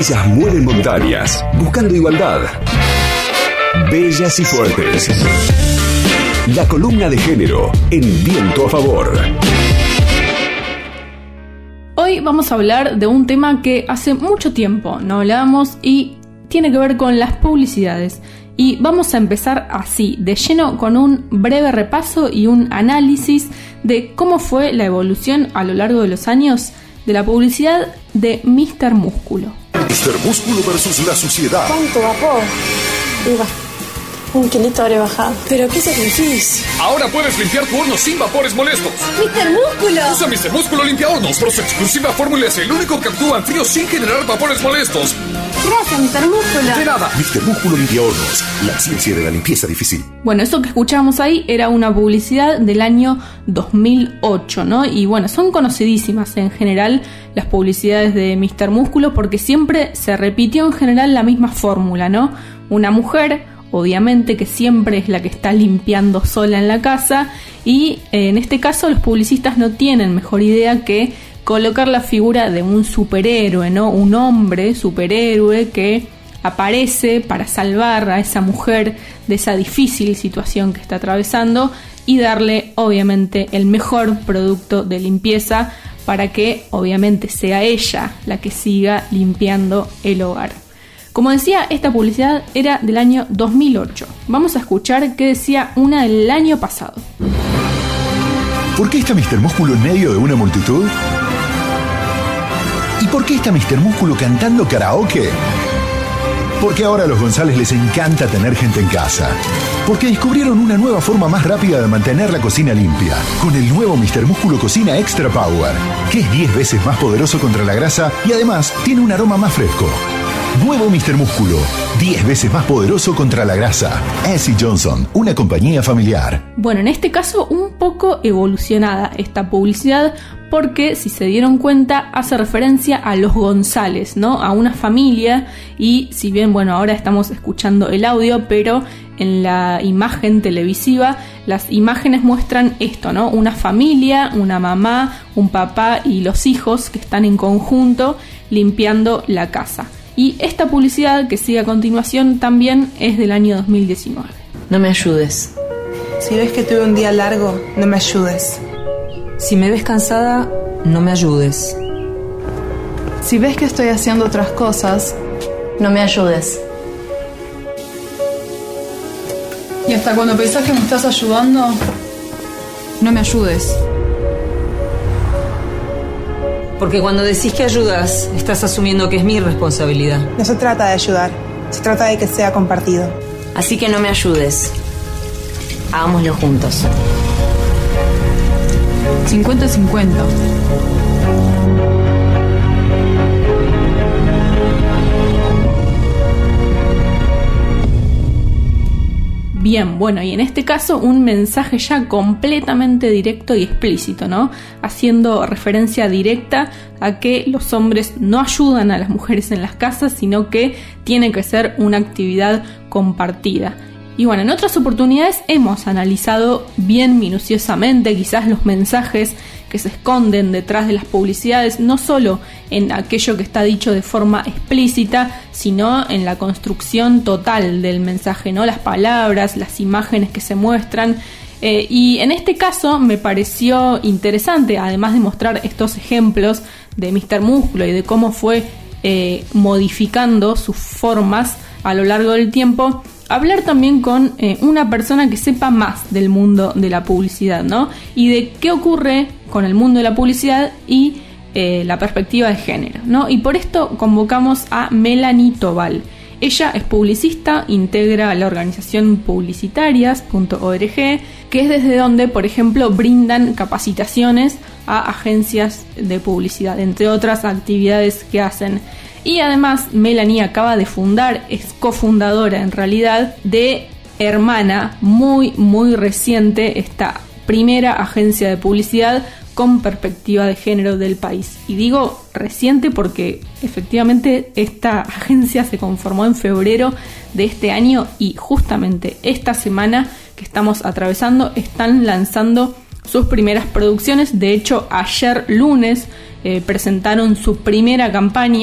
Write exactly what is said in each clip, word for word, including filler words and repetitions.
Ellas mueven montañas, buscando igualdad. Bellas y fuertes. La columna de género en Viento a Favor. Hoy vamos a hablar de un tema que hace mucho tiempo no hablábamos y tiene que ver con las publicidades. Y vamos a empezar así, de lleno, con un breve repaso y un análisis de cómo fue la evolución a lo largo de los años de la publicidad de míster Músculo. míster Músculo versus la suciedad. ¿Cuánto vapor? Iba. Un kilito habré bajado. ¿Pero qué sacrificio? Ahora puedes limpiar tu horno sin vapores molestos. ¡míster Músculo! Usa míster Músculo Limpia Hornos. Por su exclusiva fórmula es el único que actúa en frío sin generar vapores molestos. Gracias, míster Músculo. De nada. míster Músculo Limpia Hornos. La ciencia de la limpieza difícil. Bueno, eso que escuchábamos ahí era una publicidad del año dos mil ocho, ¿no? Y bueno, son conocidísimas en general las publicidades de míster Músculo porque siempre se repitió en general la misma fórmula, ¿no? Una mujer, obviamente, que siempre es la que está limpiando sola en la casa, y eh, en este caso los publicistas no tienen mejor idea que colocar la figura de un superhéroe, ¿no? Un hombre superhéroe que aparece para salvar a esa mujer de esa difícil situación que está atravesando y darle obviamente el mejor producto de limpieza para que obviamente sea ella la que siga limpiando el hogar. Como decía, esta publicidad era del año dos mil ocho. Vamos a escuchar qué decía una del año pasado. ¿Por qué está míster Músculo en medio de una multitud? ¿Y por qué está míster Músculo cantando karaoke? Porque ahora a los González les encanta tener gente en casa. Porque descubrieron una nueva forma más rápida de mantener la cocina limpia. Con el nuevo míster Músculo Cocina Extra Power, que es diez veces más poderoso contra la grasa y además tiene un aroma más fresco. Nuevo míster Músculo, diez veces más poderoso contra la grasa. S C Johnson, una compañía familiar. Bueno, en este caso un poco evolucionada esta publicidad porque, si se dieron cuenta, hace referencia a los González, ¿no? A una familia, y si bien, bueno, ahora estamos escuchando el audio, pero en la imagen televisiva las imágenes muestran esto, ¿no? Una familia, una mamá, un papá y los hijos que están en conjunto limpiando la casa. Y esta publicidad que sigue a continuación también es del año dos mil diecinueve. No me ayudes. Si ves que tuve un día largo, no me ayudes. Si me ves cansada, no me ayudes. Si ves que estoy haciendo otras cosas, no me ayudes. Y hasta cuando pensás que me estás ayudando, no me ayudes. Porque cuando decís que ayudas, estás asumiendo que es mi responsabilidad. No se trata de ayudar, se trata de que sea compartido. Así que no me ayudes. Hagámoslo juntos. cincuenta cincuenta. Bien, bueno, y en este caso un mensaje ya completamente directo y explícito, ¿no? Haciendo referencia directa a que los hombres no ayudan a las mujeres en las casas, sino que tiene que ser una actividad compartida. Y bueno, en otras oportunidades hemos analizado bien minuciosamente quizás los mensajes que se esconden detrás de las publicidades, no solo en aquello que está dicho de forma explícita, sino en la construcción total del mensaje, ¿no? Las palabras, las imágenes que se muestran. Eh, y en este caso me pareció interesante, además de mostrar estos ejemplos de míster Músculo y de cómo fue eh, modificando sus formas a lo largo del tiempo, hablar también con eh, una persona que sepa más del mundo de la publicidad, ¿no? Y de qué ocurre con el mundo de la publicidad y eh, la perspectiva de género, ¿no? Y por esto convocamos a Melanie Tobal. Ella es publicista, integra la organización publicitarias punto org, que es desde donde, por ejemplo, brindan capacitaciones a agencias de publicidad, entre otras actividades que hacen. Y además Melanie acaba de fundar, es cofundadora en realidad, de Hermana, muy muy reciente, esta primera agencia de publicidad con perspectiva de género del país. Y digo reciente porque efectivamente esta agencia se conformó en febrero de este año y justamente esta semana que estamos atravesando están lanzando sus primeras producciones. De hecho, ayer lunes eh, presentaron su primera campaña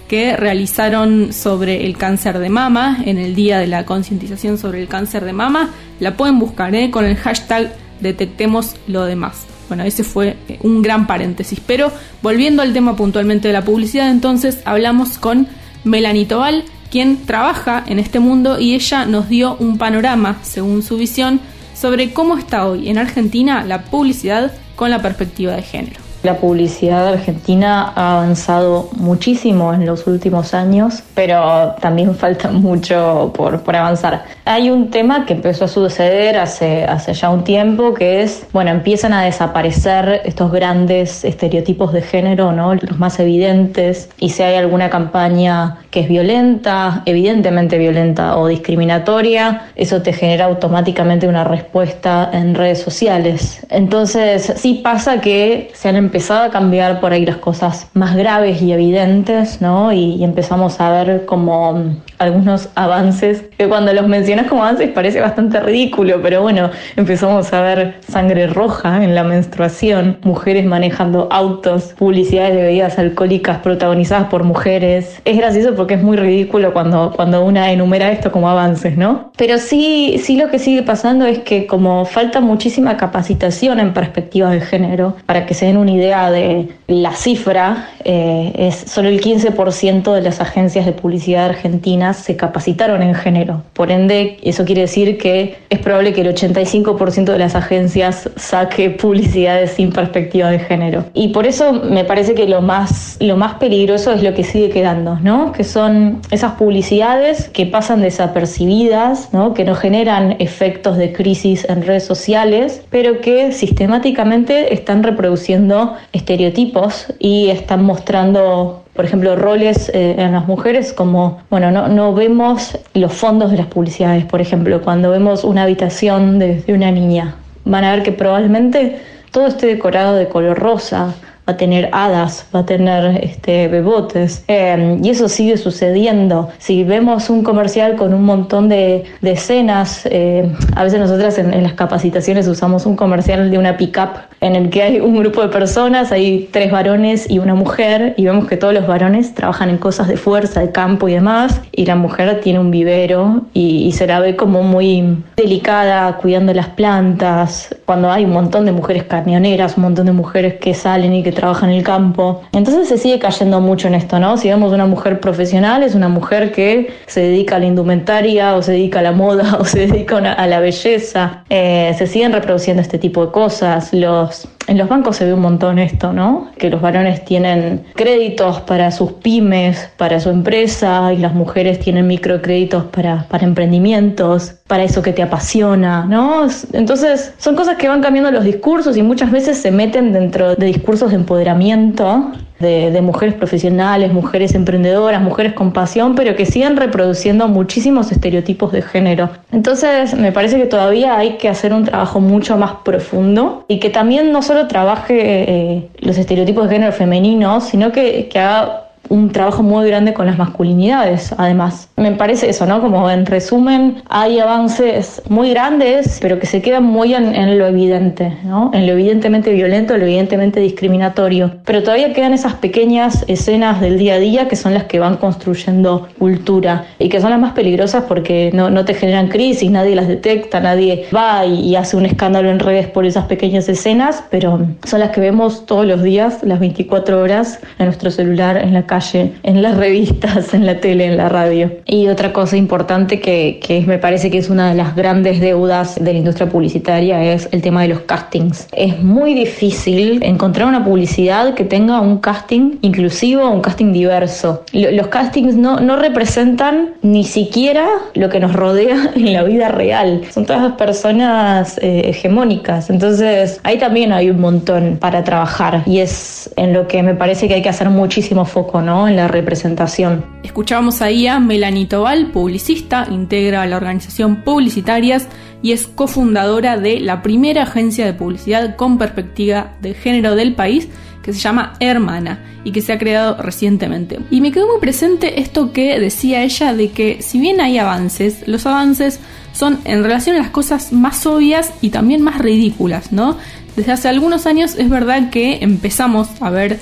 que realizaron sobre el cáncer de mama en el Día de la Concientización sobre el Cáncer de Mama. La pueden buscar ¿eh? con el hashtag Detectemos lo demás. Bueno, ese fue un gran paréntesis, pero volviendo al tema puntualmente de la publicidad, entonces hablamos con Melanie Tobal, quien trabaja en este mundo, y ella nos dio un panorama, según su visión, sobre cómo está hoy en Argentina la publicidad con la perspectiva de género. La publicidad argentina ha avanzado muchísimo en los últimos años, pero también falta mucho por, por avanzar. Hay un tema que empezó a suceder hace, hace ya un tiempo, que es, bueno, empiezan a desaparecer estos grandes estereotipos de género, ¿no? Los más evidentes, y si hay alguna campaña que es violenta, evidentemente violenta o discriminatoria, eso te genera automáticamente una respuesta en redes sociales. Entonces, sí pasa que se han empezado empezado a cambiar por ahí las cosas más graves y evidentes, ¿no? Y, y empezamos a ver como algunos avances, que cuando los mencionas como avances parece bastante ridículo, pero bueno, empezamos a ver sangre roja en la menstruación, mujeres manejando autos, publicidades de bebidas alcohólicas protagonizadas por mujeres. Es gracioso porque es muy ridículo cuando, cuando una enumera esto como avances, ¿no? Pero sí, sí lo que sigue pasando es que como falta muchísima capacitación en perspectiva de género, para que se den una idea de la cifra, eh, es solo el quince por ciento de las agencias de publicidad argentinas se capacitaron en género. Por ende, eso quiere decir que es probable que el ochenta y cinco por ciento de las agencias saque publicidades sin perspectiva de género. Y por eso me parece que lo más, lo más peligroso es lo que sigue quedando, ¿no? Que son esas publicidades que pasan desapercibidas, ¿no? Que no generan efectos de crisis en redes sociales, pero que sistemáticamente están reproduciendo estereotipos y están mostrando, por ejemplo, roles eh, en las mujeres como, bueno, no, no vemos los fondos de las publicidades. Por ejemplo, cuando vemos una habitación de, de una niña, van a ver que probablemente todo esté decorado de color rosa, va a tener hadas, va a tener este, bebotes, eh, y eso sigue sucediendo. Si vemos un comercial con un montón de, de escenas, eh, a veces nosotras en, en las capacitaciones usamos un comercial de una pick-up en el que hay un grupo de personas, hay tres varones y una mujer, y vemos que todos los varones trabajan en cosas de fuerza, de campo y demás, y la mujer tiene un vivero y, y se la ve como muy delicada, cuidando las plantas, cuando hay un montón de mujeres camioneras, un montón de mujeres que salen y que trabaja en el campo. Entonces se sigue cayendo mucho en esto, ¿no? Si vemos una mujer profesional, es una mujer que se dedica a la indumentaria, o se dedica a la moda, o se dedica a, una, a la belleza. Eh, se siguen reproduciendo este tipo de cosas. Los, en los bancos se ve un montón esto, ¿no? Que los varones tienen créditos para sus pymes, para su empresa, y las mujeres tienen microcréditos para, para emprendimientos, para eso que te apasiona, ¿no? Entonces son cosas que van cambiando los discursos y muchas veces se meten dentro de discursos de empoderamiento de, de mujeres profesionales, mujeres emprendedoras, mujeres con pasión, pero que siguen reproduciendo muchísimos estereotipos de género. Entonces me parece que todavía hay que hacer un trabajo mucho más profundo, y que también no solo trabaje eh, los estereotipos de género femeninos, sino que, que haga un trabajo muy grande con las masculinidades, además. Me parece eso, ¿no? Como en resumen, hay avances muy grandes, pero que se quedan muy en, en lo evidente, ¿no? En lo evidentemente violento, en lo evidentemente discriminatorio. Pero todavía quedan esas pequeñas escenas del día a día que son las que van construyendo cultura, y que son las más peligrosas porque no, no te generan crisis, nadie las detecta, nadie va y, y hace un escándalo en redes por esas pequeñas escenas, pero son las que vemos todos los días, las veinticuatro horas, en nuestro celular, en la calle, en las revistas, en la tele, en la radio. Y otra cosa importante que, que me parece que es una de las grandes deudas de la industria publicitaria es el tema de los castings. Es muy difícil encontrar una publicidad que tenga un casting inclusivo, un casting diverso. Los castings no, no representan ni siquiera lo que nos rodea en la vida real. Son todas personas eh, hegemónicas. Entonces ahí también hay un montón para trabajar, y es en lo que me parece que hay que hacer muchísimo foco, ¿no? En la representación. Escuchábamos ahí a Melanie Tobal, publicista, integra la organización Publicitarias y es cofundadora de la primera agencia de publicidad con perspectiva de género del país, que se llama Hermana y que se ha creado recientemente. Y me quedó muy presente esto que decía ella, de que si bien hay avances, los avances son en relación a las cosas más obvias y también más ridículas, ¿no? Desde hace algunos años es verdad que empezamos a ver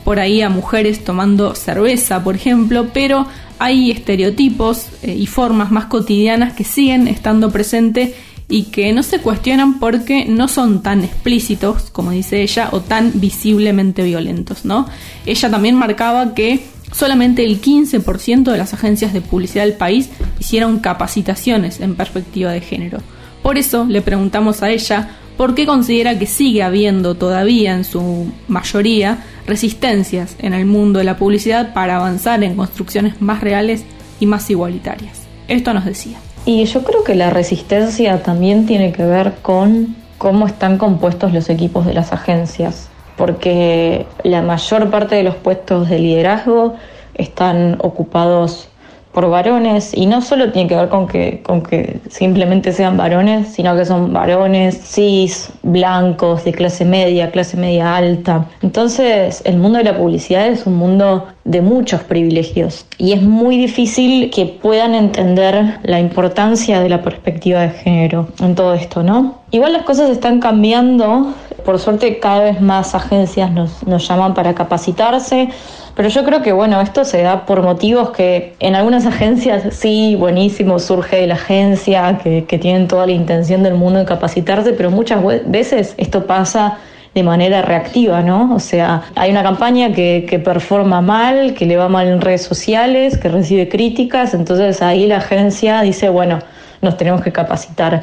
por ahí a mujeres tomando cerveza, por ejemplo, pero hay estereotipos eh, y formas más cotidianas que siguen estando presentes y que no se cuestionan porque no son tan explícitos, como dice ella, o tan visiblemente violentos, ¿no? Ella también marcaba que solamente el quince por ciento de las agencias de publicidad del país hicieron capacitaciones en perspectiva de género. Por eso le preguntamos a ella por qué considera que sigue habiendo todavía en su mayoría resistencias en el mundo de la publicidad para avanzar en construcciones más reales y más igualitarias. Esto nos decía. Y yo creo que la resistencia también tiene que ver con cómo están compuestos los equipos de las agencias, porque la mayor parte de los puestos de liderazgo están ocupados por varones, y no solo tiene que ver con que, con que simplemente sean varones, sino que son varones cis, blancos, de clase media, clase media alta. Entonces, el mundo de la publicidad es un mundo de muchos privilegios y es muy difícil que puedan entender la importancia de la perspectiva de género en todo esto, ¿no? Igual las cosas están cambiando, por suerte cada vez más agencias nos, nos llaman para capacitarse, pero yo creo que bueno, esto se da por motivos que en algunas agencias sí, buenísimo, surge de la agencia, que, que tienen toda la intención del mundo de capacitarse, pero muchas veces esto pasa de manera reactiva, ¿no? O sea, hay una campaña que, que performa mal, que le va mal en redes sociales, que recibe críticas, entonces ahí la agencia dice, bueno, nos tenemos que capacitar.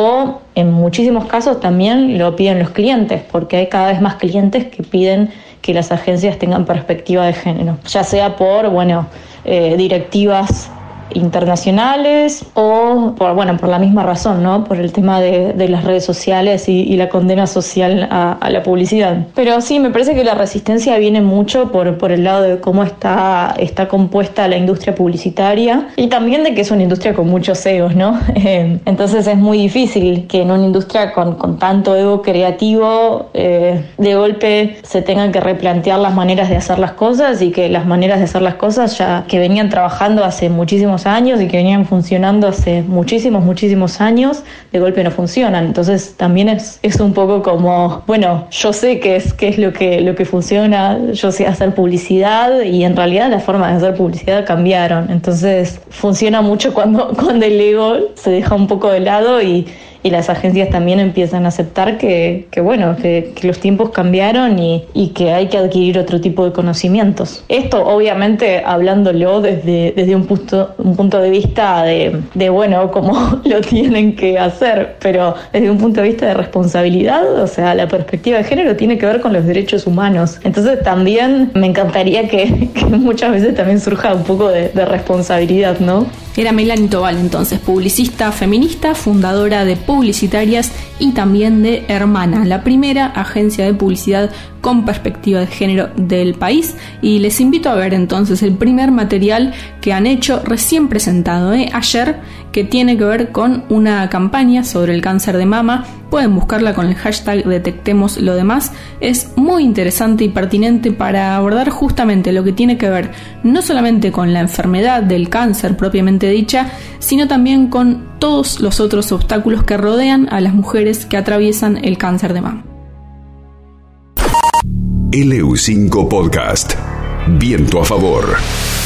O en muchísimos casos también lo piden los clientes, porque hay cada vez más clientes que piden que las agencias tengan perspectiva de género, ya sea por, bueno, eh, directivas internacionales o por, bueno, por la misma razón, ¿no? Por el tema de, de las redes sociales y, y la condena social a, a la publicidad. Pero sí, me parece que la resistencia viene mucho por, por el lado de cómo está, está compuesta la industria publicitaria y también de que es una industria con muchos egos, ¿no? Eh, entonces es muy difícil que en una industria con, con tanto ego creativo eh, de golpe se tengan que replantear las maneras de hacer las cosas y que las maneras de hacer las cosas ya que venían trabajando hace muchísimos años y que venían funcionando hace muchísimos, muchísimos años, de golpe no funcionan. Entonces también es, es un poco como, bueno, yo sé qué es, qué es lo que, lo que funciona, yo sé hacer publicidad y en realidad las formas de hacer publicidad cambiaron. Entonces funciona mucho cuando, cuando el ego se deja un poco de lado y y las agencias también empiezan a aceptar que, que bueno, que, que los tiempos cambiaron y, y que hay que adquirir otro tipo de conocimientos. Esto obviamente hablándolo desde, desde un punto, un punto de vista de, de bueno, cómo lo tienen que hacer, pero desde un punto de vista de responsabilidad, o sea, la perspectiva de género tiene que ver con los derechos humanos. Entonces también me encantaría que, que muchas veces también surja un poco de, de responsabilidad, ¿no? Era Melanie Tobal, entonces, publicista feminista, fundadora de Publicitarias y también de Hermana, la primera agencia de publicidad con perspectiva de género del país. Y les invito a ver entonces el primer material que han hecho recién presentado ¿eh? ayer, que tiene que ver con una campaña sobre el cáncer de mama. Pueden buscarla con el hashtag Detectemos lo demás. Es muy interesante y pertinente para abordar justamente lo que tiene que ver no solamente con la enfermedad del cáncer propiamente dicha, sino también con todos los otros obstáculos que rodean a las mujeres que atraviesan el cáncer de mama. L U cinco Podcast. Viento a favor.